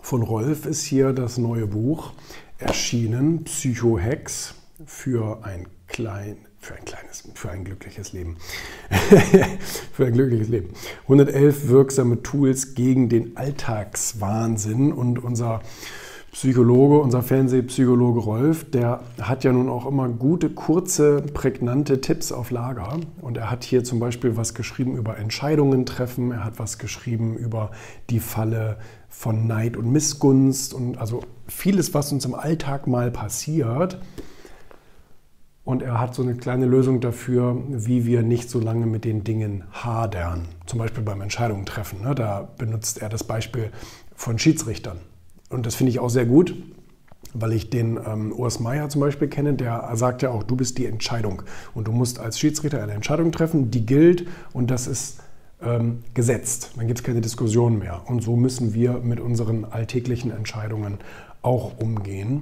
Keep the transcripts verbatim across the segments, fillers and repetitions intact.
Von Rolf ist hier das neue Buch erschienen, Psycho-Hacks für ein klein, für ein kleines, für ein glückliches Leben. Für ein glückliches Leben. hundertelf wirksame Tools gegen den Alltagswahnsinn. Und unser Psychologe, unser Fernsehpsychologe Rolf, der hat ja nun auch immer gute, kurze, prägnante Tipps auf Lager. Und er hat hier zum Beispiel was geschrieben über Entscheidungen treffen. Er hat was geschrieben über die Falle von Neid und Missgunst und also vieles, was uns im Alltag mal passiert. Und er hat so eine kleine Lösung dafür, wie wir nicht so lange mit den Dingen hadern. Zum Beispiel beim Entscheidungen treffen. Da benutzt er das Beispiel von Schiedsrichtern. Und das finde ich auch sehr gut, weil ich den ähm, Urs Meier zum Beispiel kenne, der sagt ja auch, du bist die Entscheidung. Und du musst als Schiedsrichter eine Entscheidung treffen, die gilt und das ist ähm, gesetzt. Dann gibt es keine Diskussion mehr. Und so müssen wir mit unseren alltäglichen Entscheidungen auch umgehen.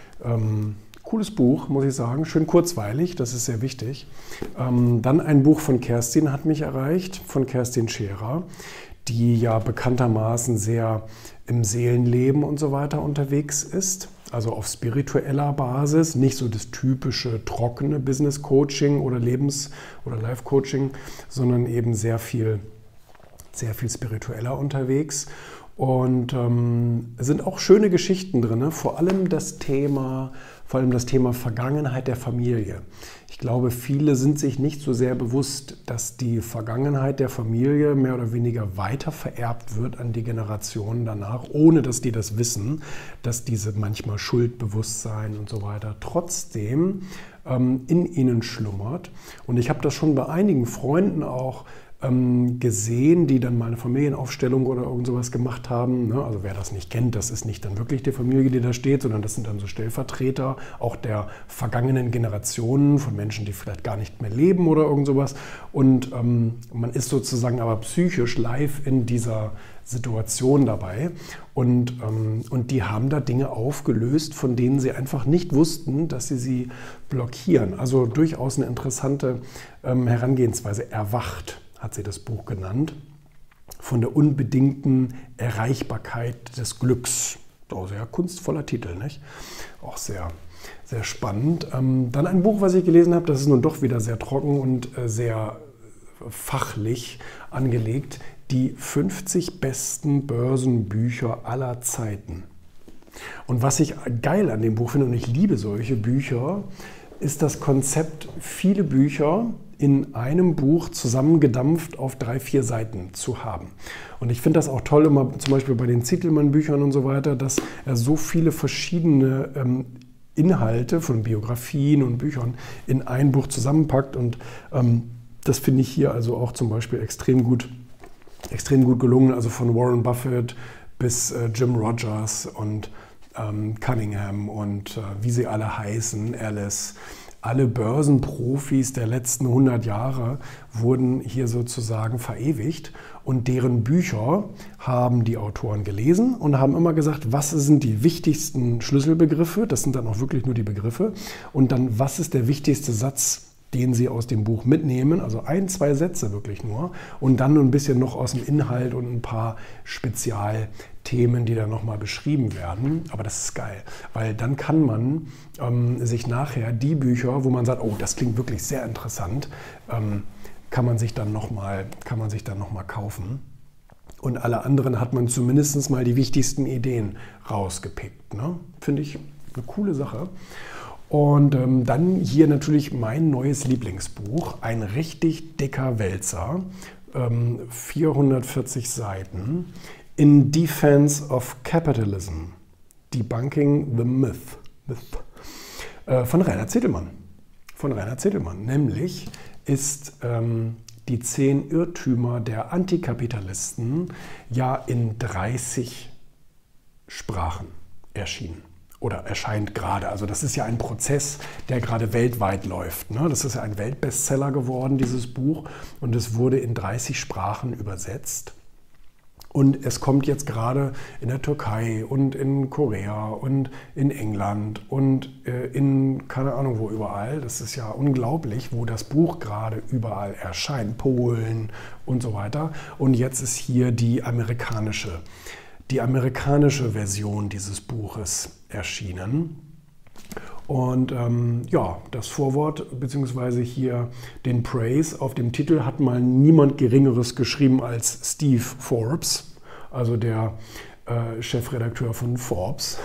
Ähm, cooles Buch, muss ich sagen. Schön kurzweilig, das ist sehr wichtig. Ähm, dann ein Buch von Kerstin hat mich erreicht, von Kerstin Scherer, die ja bekanntermaßen sehr im Seelenleben und so weiter unterwegs ist, also auf spiritueller Basis, nicht so das typische trockene Business Coaching oder Lebens- oder Life Coaching, sondern eben sehr viel, sehr viel spiritueller unterwegs. Und ähm, es sind auch schöne Geschichten drin, vor allem das Thema, vor allem das Thema Vergangenheit der Familie. Ich glaube, viele sind sich nicht so sehr bewusst, dass die Vergangenheit der Familie mehr oder weniger weiter vererbt wird an die Generationen danach, ohne dass die das wissen, dass diese manchmal Schuldbewusstsein und so weiter trotzdem ähm, in ihnen schlummert. Und ich habe das schon bei einigen Freunden auch gesehen, die dann mal eine Familienaufstellung oder irgend sowas gemacht haben. Also wer das nicht kennt, das ist nicht dann wirklich die Familie, die da steht, sondern das sind dann so Stellvertreter auch der vergangenen Generationen von Menschen, die vielleicht gar nicht mehr leben oder irgend sowas. Und ähm, man ist sozusagen aber psychisch live in dieser Situation dabei. Und, ähm, und die haben da Dinge aufgelöst, von denen sie einfach nicht wussten, dass sie sie blockieren. Also durchaus eine interessante ähm, Herangehensweise. Erwacht hat sie das Buch genannt, von der unbedingten Erreichbarkeit des Glücks. Auch sehr kunstvoller Titel, nicht? Auch sehr, sehr spannend. Ähm, dann ein Buch, was ich gelesen habe, das ist nun doch wieder sehr trocken und äh, sehr fachlich angelegt. Die fünfzig besten Börsenbücher aller Zeiten. Und was ich geil an dem Buch finde, und ich liebe solche Bücher, ist das Konzept, viele Bücher in einem Buch zusammengedampft auf drei, vier Seiten zu haben. Und ich finde das auch toll, immer zum Beispiel bei den Zitelmann-Büchern und so weiter, dass er so viele verschiedene ähm, Inhalte von Biografien und Büchern in ein Buch zusammenpackt. Und ähm, das finde ich hier also auch zum Beispiel extrem gut, extrem gut gelungen. Also von Warren Buffett bis äh, Jim Rogers und ähm, Cunningham und äh, wie sie alle heißen, Alice. Alle Börsenprofis der letzten hundert Jahre wurden hier sozusagen verewigt und deren Bücher haben die Autoren gelesen und haben immer gesagt, was sind die wichtigsten Schlüsselbegriffe, das sind dann auch wirklich nur die Begriffe, und dann, was ist der wichtigste Satz, den sie aus dem Buch mitnehmen, also ein, zwei Sätze wirklich nur, und dann ein bisschen noch aus dem Inhalt und ein paar Spezialthemen, die dann nochmal beschrieben werden. Aber das ist geil, weil dann kann man ähm, sich nachher die Bücher, wo man sagt, oh, das klingt wirklich sehr interessant, ähm, kann man sich dann nochmal kann man sich dann noch mal kaufen. Und alle anderen hat man zumindest mal die wichtigsten Ideen rausgepickt. Ne? Finde ich eine coole Sache. Und ähm, dann hier natürlich mein neues Lieblingsbuch, ein richtig dicker Wälzer, ähm, vierhundertvierzig Seiten, In Defense of Capitalism, Debunking the Myth, Myth äh, von Rainer Zitelmann. Von Rainer Zitelmann, nämlich ist ähm, die zehn Irrtümer der Antikapitalisten ja in dreißig Sprachen erschienen. Oder erscheint gerade. Also das ist ja ein Prozess, der gerade weltweit läuft. Ne? Das ist ja ein Weltbestseller geworden, dieses Buch. Und es wurde in dreißig Sprachen übersetzt. Und es kommt jetzt gerade in der Türkei und in Korea und in England und äh, in keine Ahnung wo überall. Das ist ja unglaublich, wo das Buch gerade überall erscheint. Polen und so weiter. Und jetzt ist hier die amerikanische die amerikanische Version dieses Buches erschienen. Und ähm, ja, das Vorwort bzw. hier den Praise auf dem Titel hat mal niemand Geringeres geschrieben als Steve Forbes, also der äh, Chefredakteur von Forbes.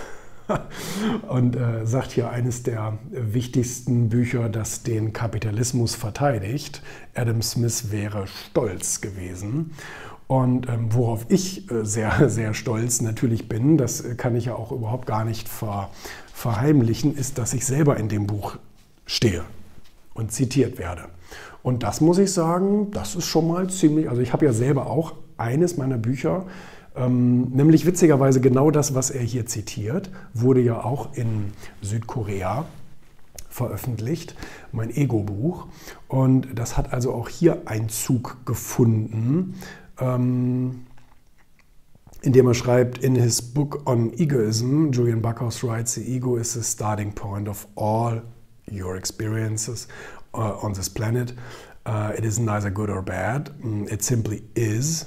Und äh, sagt hier eines der wichtigsten Bücher, das den Kapitalismus verteidigt. Adam Smith wäre stolz gewesen. Und ähm, worauf ich äh, sehr, sehr stolz natürlich bin, das kann ich ja auch überhaupt gar nicht ver, verheimlichen, ist, dass ich selber in dem Buch stehe und zitiert werde. Und das muss ich sagen, das ist schon mal ziemlich, also ich habe ja selber auch eines meiner Bücher, ähm, nämlich witzigerweise genau das, was er hier zitiert, wurde ja auch in Südkorea veröffentlicht, mein Ego-Buch. Und das hat also auch hier Einzug gefunden, ähm, indem er schreibt, in his book on egoism, Julian Backhaus writes, the ego is the starting point of all your experiences uh, on this planet. Uh, it is neither good or bad, it simply is.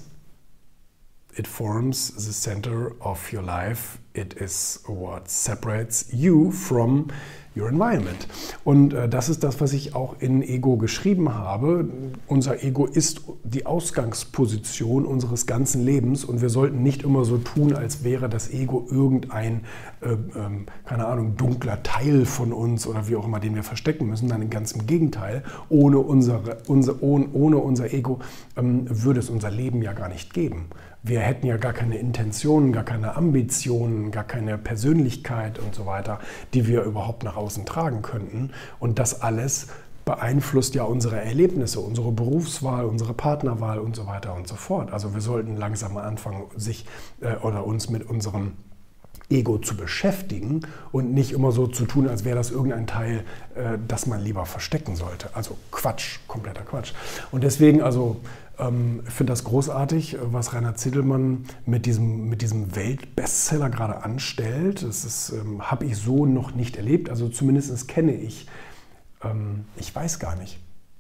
It forms the center of your life. It is what separates you from your environment. Und äh, das ist das, was ich auch in Ego geschrieben habe. Unser Ego ist die Ausgangsposition unseres ganzen Lebens und wir sollten nicht immer so tun, als wäre das Ego irgendein, äh, ähm, keine Ahnung, dunkler Teil von uns oder wie auch immer, den wir verstecken müssen. Nein, ganz im Gegenteil. Ohne, unsere, unser, ohne, ohne unser Ego ähm, würde es unser Leben ja gar nicht geben. Wir hätten ja gar keine Intentionen, gar keine Ambitionen, gar keine Persönlichkeit und so weiter, die wir überhaupt nach außen tragen könnten. Und das alles beeinflusst ja unsere Erlebnisse, unsere Berufswahl, unsere Partnerwahl und so weiter und so fort. Also wir sollten langsam mal anfangen, sich äh, oder uns mit unserem Ego zu beschäftigen und nicht immer so zu tun, als wäre das irgendein Teil, äh, das man lieber verstecken sollte. Also Quatsch, kompletter Quatsch. Und deswegen, also ähm, ich finde das großartig, was Reinhard Zittelmann mit diesem, mit diesem Weltbestseller gerade anstellt. Das ist, ähm, habe ich so noch nicht erlebt. Also zumindest kenne ich, ähm, ich weiß gar nicht.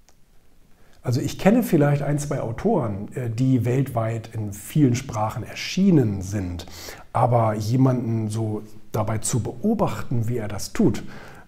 Also ich kenne vielleicht ein, zwei Autoren, die weltweit in vielen Sprachen erschienen sind, aber jemanden so dabei zu beobachten, wie er das tut,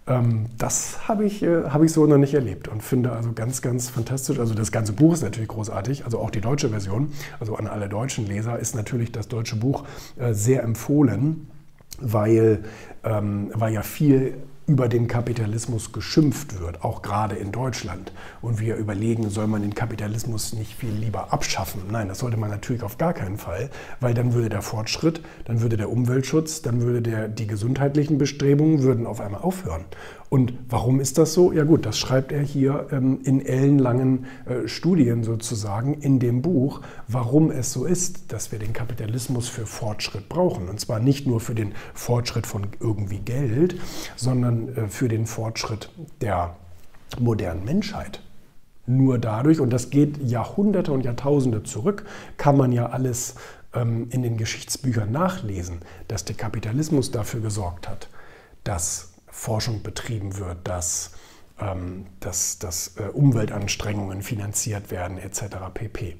das habe ich, habe ich so noch nicht erlebt und finde also ganz, ganz fantastisch. Also das ganze Buch ist natürlich großartig, also auch die deutsche Version, also an alle deutschen Leser ist natürlich das deutsche Buch sehr empfohlen, weil, weil ja viel über den Kapitalismus geschimpft wird, auch gerade in Deutschland. Und wir überlegen, soll man den Kapitalismus nicht viel lieber abschaffen? Nein, das sollte man natürlich auf gar keinen Fall, weil dann würde der Fortschritt, dann würde der Umweltschutz, dann würde der, die gesundheitlichen Bestrebungen würden auf einmal aufhören. Und warum ist das so? Ja gut, das schreibt er hier ähm, in ellenlangen äh, Studien sozusagen in dem Buch, warum es so ist, dass wir den Kapitalismus für Fortschritt brauchen. Und zwar nicht nur für den Fortschritt von irgendwie Geld, sondern äh, für den Fortschritt der modernen Menschheit. Nur dadurch, und das geht Jahrhunderte und Jahrtausende zurück, kann man ja alles ähm, in den Geschichtsbüchern nachlesen, dass der Kapitalismus dafür gesorgt hat, dass Forschung betrieben wird, dass, ähm, dass, dass äh, Umweltanstrengungen finanziert werden et cetera pp.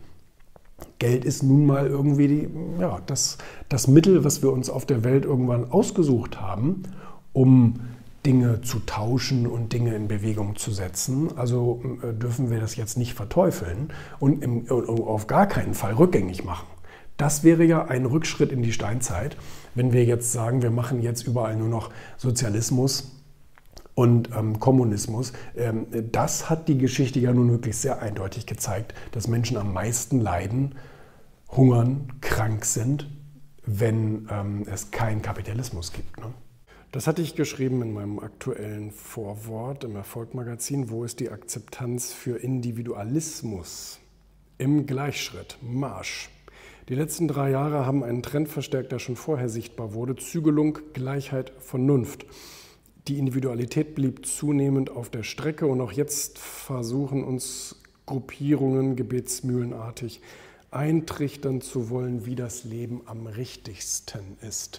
Geld ist nun mal irgendwie die, ja, das, das Mittel, was wir uns auf der Welt irgendwann ausgesucht haben, um Dinge zu tauschen und Dinge in Bewegung zu setzen. Also äh, dürfen wir das jetzt nicht verteufeln und, im, und auf gar keinen Fall rückgängig machen. Das wäre ja ein Rückschritt in die Steinzeit, wenn wir jetzt sagen, wir machen jetzt überall nur noch Sozialismus und ähm, Kommunismus. Ähm, das hat die Geschichte ja nun wirklich sehr eindeutig gezeigt, dass Menschen am meisten leiden, hungern, krank sind, wenn ähm, es keinen Kapitalismus gibt. Ne? Das hatte ich geschrieben in meinem aktuellen Vorwort im Erfolg-Magazin. Wo ist die Akzeptanz für Individualismus im Gleichschritt, Marsch? Die letzten drei Jahre haben einen Trend verstärkt, der schon vorher sichtbar wurde. Zügelung, Gleichheit, Vernunft. Die Individualität blieb zunehmend auf der Strecke und auch jetzt versuchen uns Gruppierungen gebetsmühlenartig eintrichtern zu wollen, wie das Leben am richtigsten ist.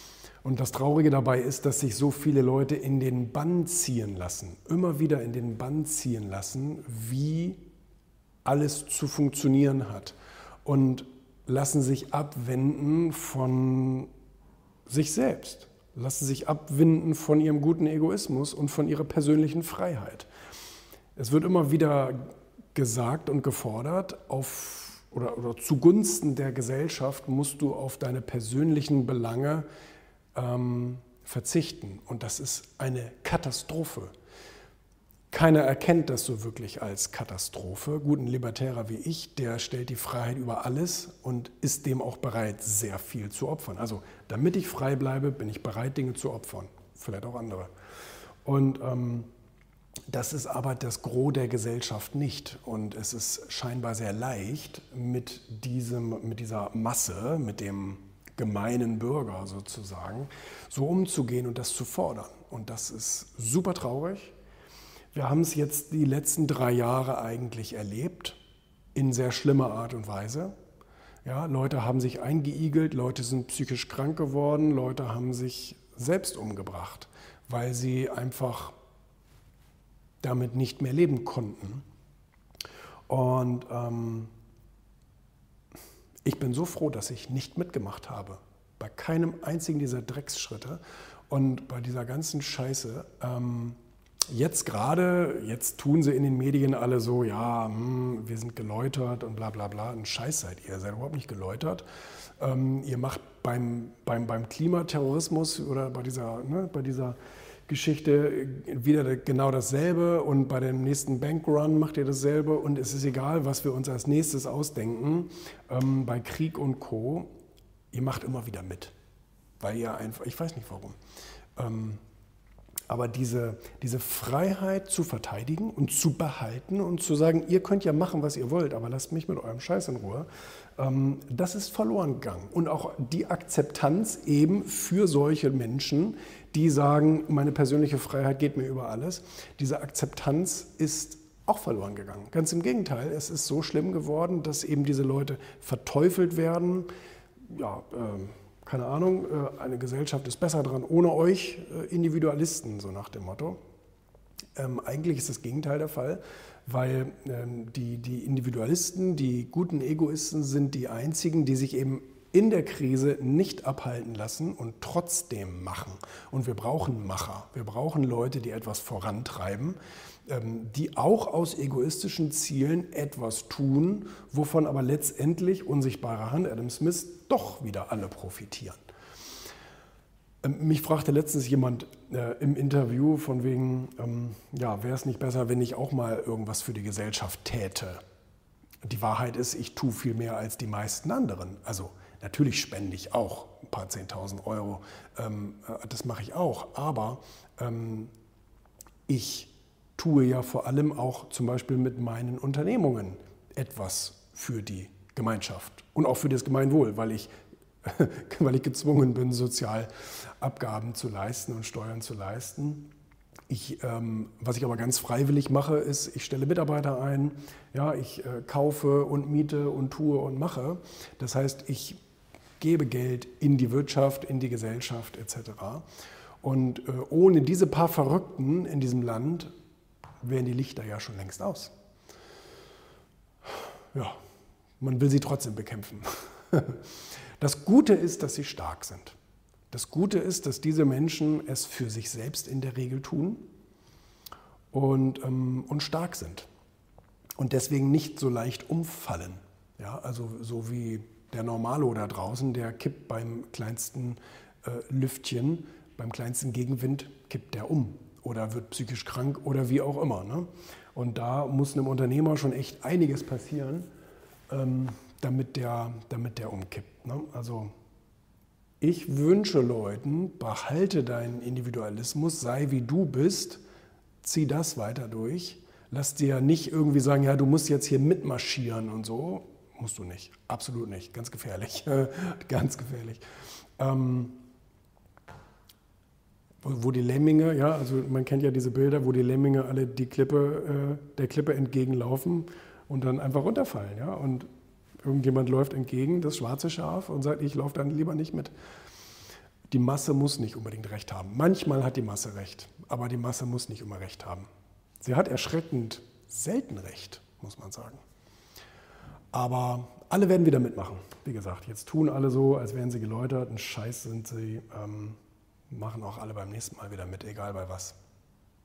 Und das Traurige dabei ist, dass sich so viele Leute in den Bann ziehen lassen, immer wieder in den Bann ziehen lassen, wie alles zu funktionieren hat. Und lassen sich abwenden von sich selbst, lassen sich abwenden von ihrem guten Egoismus und von ihrer persönlichen Freiheit. Es wird immer wieder gesagt und gefordert, auf, oder, oder zugunsten der Gesellschaft musst du auf deine persönlichen Belange ähm, verzichten. Und das ist eine Katastrophe. Keiner erkennt das so wirklich als Katastrophe. Gut, ein Libertärer wie ich, der stellt die Freiheit über alles und ist dem auch bereit, sehr viel zu opfern. Also damit ich frei bleibe, bin ich bereit, Dinge zu opfern. Vielleicht auch andere. Und ähm, das ist aber das Gros der Gesellschaft nicht. Und es ist scheinbar sehr leicht, mit, diesem, mit dieser Masse, mit dem gemeinen Bürger sozusagen, so umzugehen und das zu fordern. Und das ist super traurig. Wir haben es jetzt die letzten drei Jahre eigentlich erlebt, in sehr schlimmer Art und Weise. Ja, Leute haben sich eingeigelt, Leute sind psychisch krank geworden, Leute haben sich selbst umgebracht, weil sie einfach damit nicht mehr leben konnten. Und ähm, ich bin so froh, dass ich nicht mitgemacht habe, bei keinem einzigen dieser Drecksschritte und bei dieser ganzen Scheiße. Ähm, Jetzt gerade, jetzt tun sie in den Medien alle so, ja, hm, wir sind geläutert und bla bla bla. Ein Scheiß seid ihr, ihr seid überhaupt nicht geläutert. Ähm, ihr macht beim, beim, beim Klimaterrorismus oder bei dieser, ne, bei dieser Geschichte wieder genau dasselbe und bei dem nächsten Bankrun macht ihr dasselbe und es ist egal, was wir uns als nächstes ausdenken. Ähm, bei Krieg und Co., ihr macht immer wieder mit, weil ihr einfach, ich weiß nicht warum, ähm, aber diese, diese Freiheit zu verteidigen und zu behalten und zu sagen, ihr könnt ja machen, was ihr wollt, aber lasst mich mit eurem Scheiß in Ruhe, ähm, das ist verloren gegangen. Und auch die Akzeptanz eben für solche Menschen, die sagen, meine persönliche Freiheit geht mir über alles, diese Akzeptanz ist auch verloren gegangen. Ganz im Gegenteil, es ist so schlimm geworden, dass eben diese Leute verteufelt werden, ja, ähm, keine Ahnung, eine Gesellschaft ist besser dran ohne euch Individualisten, so nach dem Motto. Ähm, eigentlich ist das Gegenteil der Fall, weil ähm, die, die Individualisten, die guten Egoisten sind die einzigen, die sich eben in der Krise nicht abhalten lassen und trotzdem machen. Und wir brauchen Macher, wir brauchen Leute, die etwas vorantreiben, ähm, die auch aus egoistischen Zielen etwas tun, wovon aber letztendlich, unsichtbare Hand, Adam Smith, doch wieder alle profitieren. Ähm, mich fragte letztens jemand äh, im Interview von wegen, ähm, ja, wäre es nicht besser, wenn ich auch mal irgendwas für die Gesellschaft täte? Die Wahrheit ist, ich tue viel mehr als die meisten anderen. Also natürlich spende ich auch ein paar zehntausend Euro, ähm, das mache ich auch, aber ähm, ich tue ja vor allem auch zum Beispiel mit meinen Unternehmungen etwas für die Gemeinschaft und auch für das Gemeinwohl, weil ich, weil ich gezwungen bin, Sozialabgaben zu leisten und Steuern zu leisten. Ich, ähm, was ich aber ganz freiwillig mache, ist, ich stelle Mitarbeiter ein, ja, ich äh, kaufe und miete und tue und mache. Das heißt, ich gebe Geld in die Wirtschaft, in die Gesellschaft et cetera. Und äh, ohne diese paar Verrückten in diesem Land wären die Lichter ja schon längst aus. Ja, man will sie trotzdem bekämpfen. Das Gute ist, dass sie stark sind. Das Gute ist, dass diese Menschen es für sich selbst in der Regel tun und, ähm, und stark sind und deswegen nicht so leicht umfallen. Ja, also so wie der Normalo da draußen, der kippt beim kleinsten äh, Lüftchen, beim kleinsten Gegenwind, kippt der um oder wird psychisch krank oder wie auch immer. Ne? Und da muss einem Unternehmer schon echt einiges passieren, ähm, damit, der, damit der umkippt. Ne? Also ich wünsche Leuten, behalte deinen Individualismus, sei wie du bist, zieh das weiter durch. Lass dir nicht irgendwie sagen, ja, du musst jetzt hier mitmarschieren und so. Musst du nicht, absolut nicht, ganz gefährlich, ganz gefährlich. Ähm, wo, wo die Lemminge, ja, also man kennt ja diese Bilder, wo die Lemminge alle die Klippe, äh, der Klippe entgegenlaufen und dann einfach runterfallen, ja, und irgendjemand läuft entgegen, das schwarze Schaf, und sagt, ich laufe dann lieber nicht mit. Die Masse muss nicht unbedingt recht haben. Manchmal hat die Masse recht, aber die Masse muss nicht immer recht haben. Sie hat erschreckend selten recht, muss man sagen. Aber alle werden wieder mitmachen. Wie gesagt, jetzt tun alle so, als wären sie geläutert. Ein Scheiß sind sie. Ähm, machen auch alle beim nächsten Mal wieder mit, egal bei was.